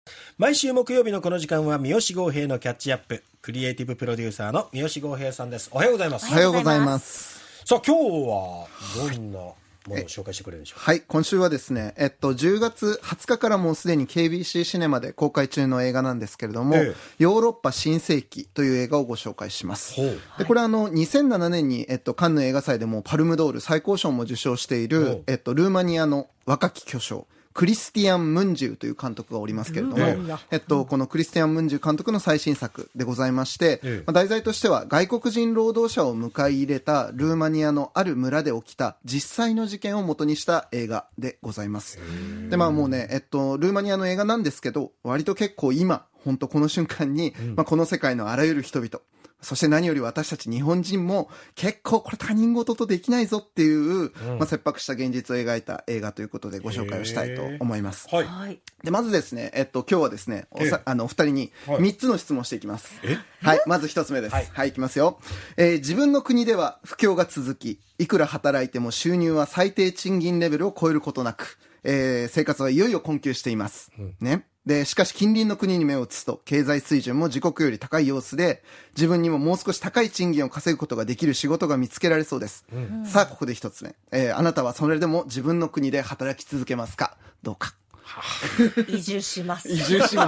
毎週木曜日のこの時間は三好豪平のキャッチアップ。クリエイティブプロデューサーの三好豪平さんです。おはようございます。 おはようございます。 さあ今日はどんなものを紹介してくれるでしょうか。 はい、今週はですね、10月20日からもうすでに KBC シネマで公開中の映画なんですけれども、ヨーロッパ新世紀という映画をご紹介します。でこれは2007年に、カンヌ映画祭でもパルムドール最高賞も受賞している、ルーマニアの若き巨匠クリスティアン・ムンジュという監督がおりますけれども、このクリスティアン・ムンジュ監督の最新作でございまして、題材としては外国人労働者を迎え入れたルーマニアのある村で起きた実際の事件を元にした映画でございます。でもうね、ルーマニアの映画なんですけど、割と結構今本当この瞬間に、この世界のあらゆる人々、そして何より私たち日本人も結構これ他人事とできないぞっていう、切迫した現実を描いた映画ということでご紹介をしたいと思います。でまずですね、今日はですね、お二人に3つの質問をしていきます。はい、まず1つ目です。はい、いきますよ。自分の国では不況が続き、いくら働いても収入は最低賃金レベルを超えることなく、生活はいよいよ困窮しています。ね。で、しかし近隣の国に目を移すと、経済水準も自国より高い様子で、自分にももう少し高い賃金を稼ぐことができる仕事が見つけられそうです。さあ、ここで一つ目。あなたはそれでも自分の国で働き続けますか？どうか。 移住します。 移住します。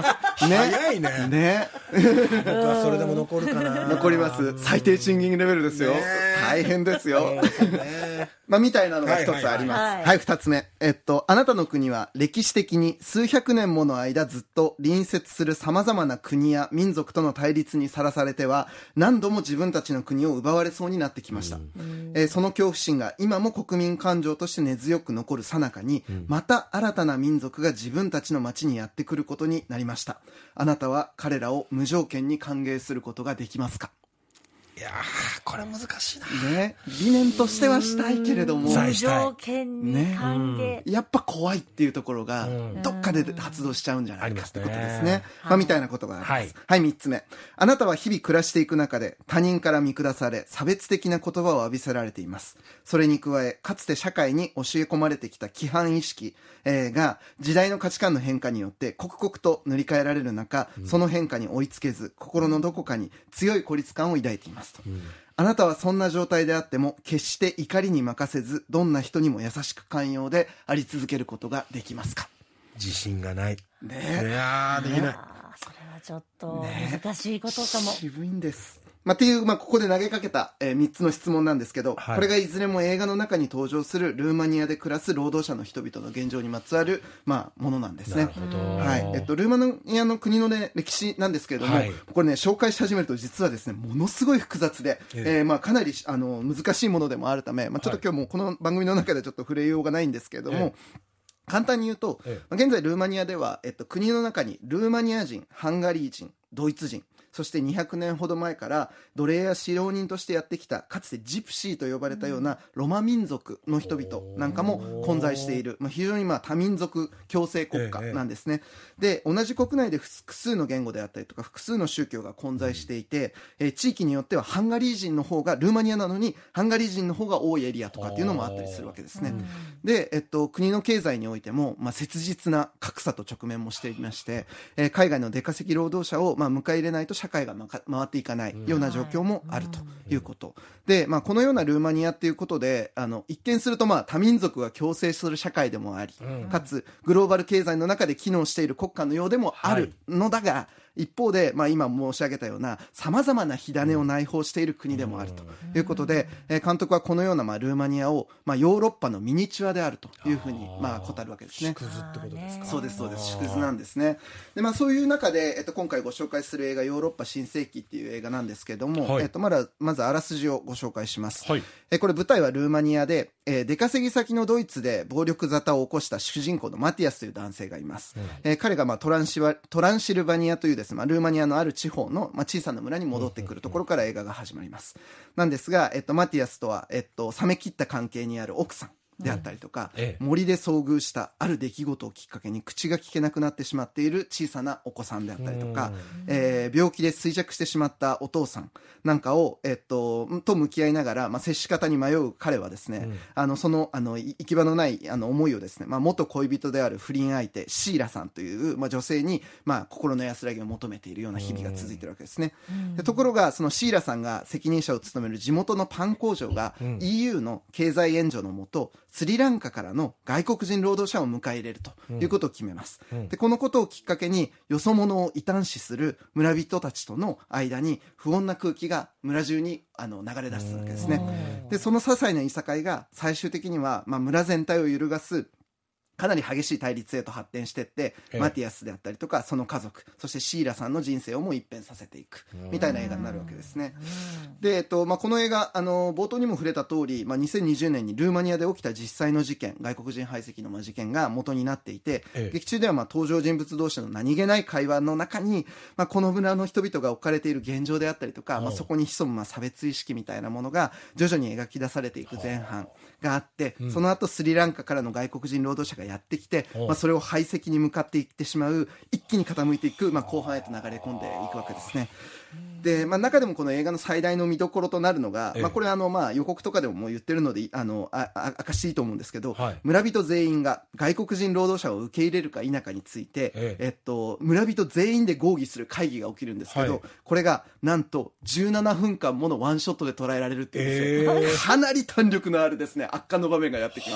ね。 早いね。 ね。 僕はそれでも残るかな。 残ります。最低賃金レベルですよ。大変ですよ。みたいなのが一つあります。はい、二つ目。あなたの国は歴史的に数百年もの間ずっと隣接する様々な国や民族との対立にさらされては、何度も自分たちの国を奪われそうになってきました。その恐怖心が今も国民感情として根強く残る最中に、また新たな民族が自分たちの町にやってくることになりました。あなたは彼らを無条件に歓迎することができますか？ いやー、これ難しいな。 ね、理念としてはしたいけれども、 無条件に歓迎、 やっぱ怖いっていうところがどっかで発動しちゃうんじゃないかってことですね。みたいなことがあります。はい、3つ目。あなたは日々暮らしていく中で他人から見下され、差別的な言葉を浴びせられています。それに加え、かつて社会に教え込まれてきた規範意識が時代の価値観の変化によって刻々と塗り替えられる中、その変化に追いつけず、心のどこかに強い孤立感を抱いていますと。あなたはそんな状態であっても決して怒りに任せず、どんな人にも優しく寛容であり続けることができますか？ 自信がない。 ね。 いやー、できない。 それはちょっと難しいことかも。 渋いんです。っていう、ここで投げかけた、3つの質問なんですけど、これがいずれも映画の中に登場するルーマニアで暮らす労働者の人々の現状にまつわる、ものなんですね。はい。ルーマニアの国のね、歴史なんですけれども、これね、紹介し始めると実はですね、ものすごい複雑で、かなり、難しいものでもあるため、ちょっと今日もこの番組の中でちょっと触れようがないんですけれども、簡単に言うと、現在ルーマニアでは、国の中にルーマニア人、ハンガリー人、ドイツ人、そして200年ほど前から奴隷や使用人としてやってきた、かつてジプシーと呼ばれたようなロマ民族の人々なんかも混在している、非常に多民族共生国家なんですね。で、同じ国内で複数の言語であったりとか複数の宗教が混在していて、地域によってはハンガリー人の方がルーマニアなのにハンガリー人の方が多いエリアとかっていうのもあったりするわけですね。で、国の経済においても、切実な格差と直面もしていまして、海外の出稼ぎ労働者を迎え入れないと社会が回っていかないような状況もあるということで、このようなルーマニアっていうことで、一見すると多民族が共生する社会でもあり、かつグローバル経済の中で機能している国家のようでもあるのだが、一方で、今申し上げたような様々な火種を内包している国でもあるということで、監督はこのようなルーマニアを、ヨーロッパのミニチュアであるというふうに語るわけですね。 縮図ってことですか？ そうです、そうです。縮図なんですね。で、そういう中で、今回ご紹介する映画、ヨーロッパ新世紀っていう映画なんですけども、まずあらすじをご紹介します。これ舞台はルーマニアで、出稼ぎ先のドイツで暴力沙汰を起こした主人公のマティアスという男性がいます。彼がトランシルバニアというですね、ルーマニアのある地方の、小さな村に戻ってくるところから映画が始まります。なんですが、マティアスとは、冷め切った関係にある奥さんであったりとか、森で遭遇したある出来事をきっかけに口が聞けなくなってしまっている小さなお子さんであったりとか、病気で衰弱してしまったお父さんなんかを、と向き合いながら、接し方に迷う彼はですね、行き場のない思いをですね、元恋人である不倫相手シーラさんという、女性に、心の安らぎを求めているような日々が続いているわけですね。でところがそのシーラさんが責任者を務める地元のパン工場が EU の経済援助のもとスリランカからの外国人労働者を迎え入れるということを決めます。でこのことをきっかけによそ者を異端視する村人たちとの間に不穏な空気が村中に流れ出すわけですね。でその些細ないさかいが最終的には、村全体を揺るがすかなり激しい対立へと発展していって、マティアスであったりとかその家族、そしてシーラさんの人生をも一変させていくみたいな映画になるわけですね。で、この映画冒頭にも触れた通り、2020年にルーマニアで起きた実際の事件、外国人排斥の事件が元になっていて、劇中では登場人物同士の何気ない会話の中に、この村の人々が置かれている現状であったりとか、そこに潜む差別意識みたいなものが徐々に描き出されていく前半があって、その後スリランカからの外国人労働者がやってきて、それを排斥に向かっていってしまう、一気に傾いていく、後半へと流れ込んでいくわけですね。で、中でもこの映画の最大の見どころとなるのが、これ予告とかでももう言ってるので明かしていいと思うんですけど、村人全員が外国人労働者を受け入れるか否かについて、村人全員で合議する会議が起きるんですけど、これがなんと17分間ものワンショットで捉えられるっていうんですよ。かなり弾力のあるですね、圧巻の場面がやってきます。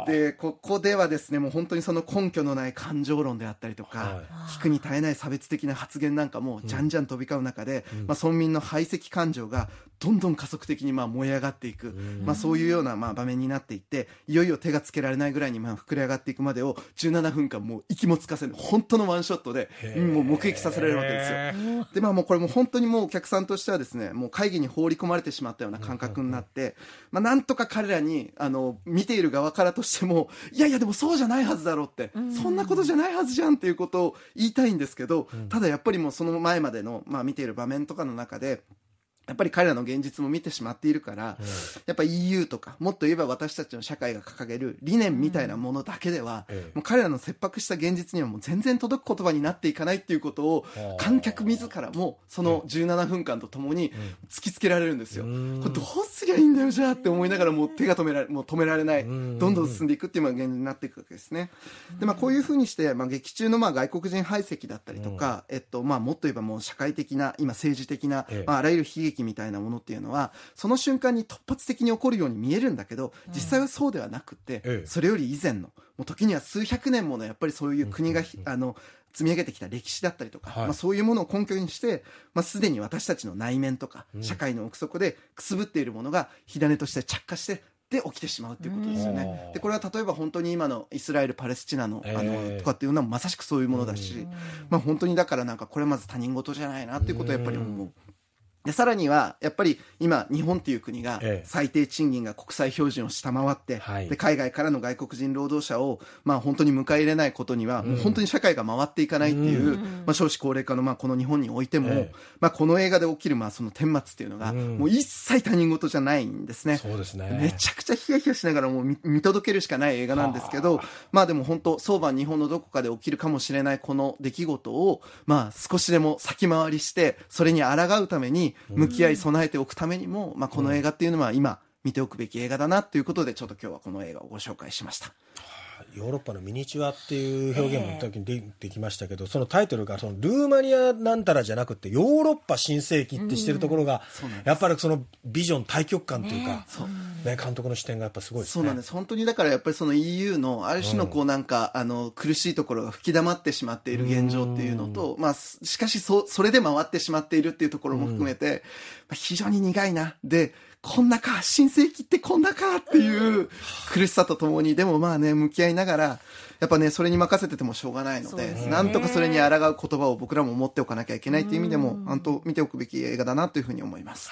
でここではですね、もう本当にその根拠のない感情論であったりとか、聞くに耐えない差別的な発言なんかもじゃんじゃん飛び交う中で、村民の排斥感情がどんどん加速的に燃え上がっていく、そういうような場面になっていって、いよいよ手がつけられないぐらいに膨れ上がっていくまでを17分間もう息もつかせる本当のワンショットでもう目撃させられるわけですよ。でもうこれも本当にもうお客さんとしてはですね、もう会議に放り込まれてしまったような感覚になって、なんとか彼らに見ている側からとしても、いやいやでもそうじゃないはずだろうって、そんなことじゃないはずじゃんっていうことを言いたいんですけど、ただやっぱりもうその前までの、見ている場面とかの中でやっぱり彼らの現実も見てしまっているから、やっぱ EU とかもっと言えば私たちの社会が掲げる理念みたいなものだけでは、もう彼らの切迫した現実にはもう全然届く言葉になっていかないっていうことを観客自らもその17分間とともに突きつけられるんですよ。これどうすりゃいいんだよじゃあって思いながら、もう手が止められない、どんどん進んでいくっていうのが現実になっていくわけですね。で、こういうふうにして、劇中の外国人排斥だったりとか、もっと言えばもう社会的な今政治的な、あらゆる悲劇みたいなものっていうのはその瞬間に突発的に起こるように見えるんだけど、実際はそうではなくて、それより以前のもう時には数百年ものやっぱりそういう国が積み上げてきた歴史だったりとか、そういうものを根拠にして、すでに私たちの内面とか、社会の奥底でくすぶっているものが火種として着火してで起きてしまうっていうことですよね。でこれは例えば本当に今のイスラエルパレスチナの、とかっていうのはまさしくそういうものだし、本当にだからこれまず他人事じゃないなっていうことをやっぱり思う。でさらにはやっぱり今日本っていう国が最低賃金が国際標準を下回って、で海外からの外国人労働者を本当に迎え入れないことには、もう本当に社会が回っていかないっていう、少子高齢化のこの日本においても、この映画で起きるその顛末っていうのが、もう一切他人事じゃないんですね。 そうですね。 めちゃくちゃヒヤヒヤしながらもう見届けるしかない映画なんですけど、でも本当早晩日本のどこかで起きるかもしれないこの出来事を少しでも先回りしてそれに抗うために向き合い備えておくためにも、この映画っていうのは今見ておくべき映画だなということで、ちょっと今日はこの映画をご紹介しました。 ヨーロッパのミニチュアっていう表現も時に出てきましたけど、そのタイトルがそのルーマニアなんたらじゃなくてヨーロッパ新世紀ってしてるところが、やっぱりそのビジョン対極感というか、監督の視点がやっぱすごいですね。 そうなんです。本当にだからやっぱりその EU のある種の苦しいところが吹き溜まってしまっている現状っていうのと、しかしそれで回ってしまっているっていうところも含めて、非常に苦いな。でこんなか、新世紀ってこんなかっていう苦しさとともに、でも向き合いながら、やっぱね、それに任せててもしょうがないので、なんとかそれに抗う言葉を僕らも持っておかなきゃいけないっていう意味でも、本当見ておくべき映画だなというふうに思います。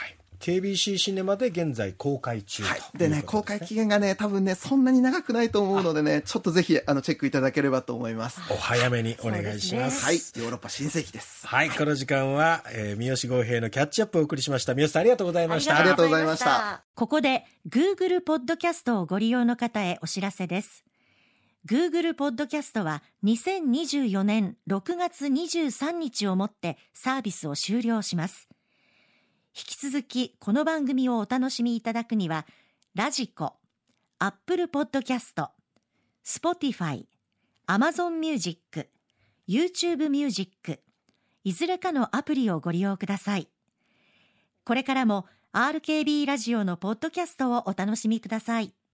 KBC シネマで現在公開中ということですね。 でね、公開期限がね、多分ね、そんなに長くないと思うのでね、ちょっとぜひチェックいただければと思います。 お早めにお願いします。 はい、ヨーロッパ新世紀です。 はい、この時間は、三好豪平のキャッチアップをお送りしました。三好さんありがとうございました。 ありがとうございました。 ここで Google ポッドキャストをご利用の方へお知らせです。Google ポッドキャストは2024年6月23日をもってサービスを終了します。引き続きこの番組をお楽しみいただくには、ラジコ、Apple ポッドキャスト、Spotify、Amazon Music、YouTube Music、いずれかのアプリをご利用ください。これからも RKB ラジオのポッドキャストをお楽しみください。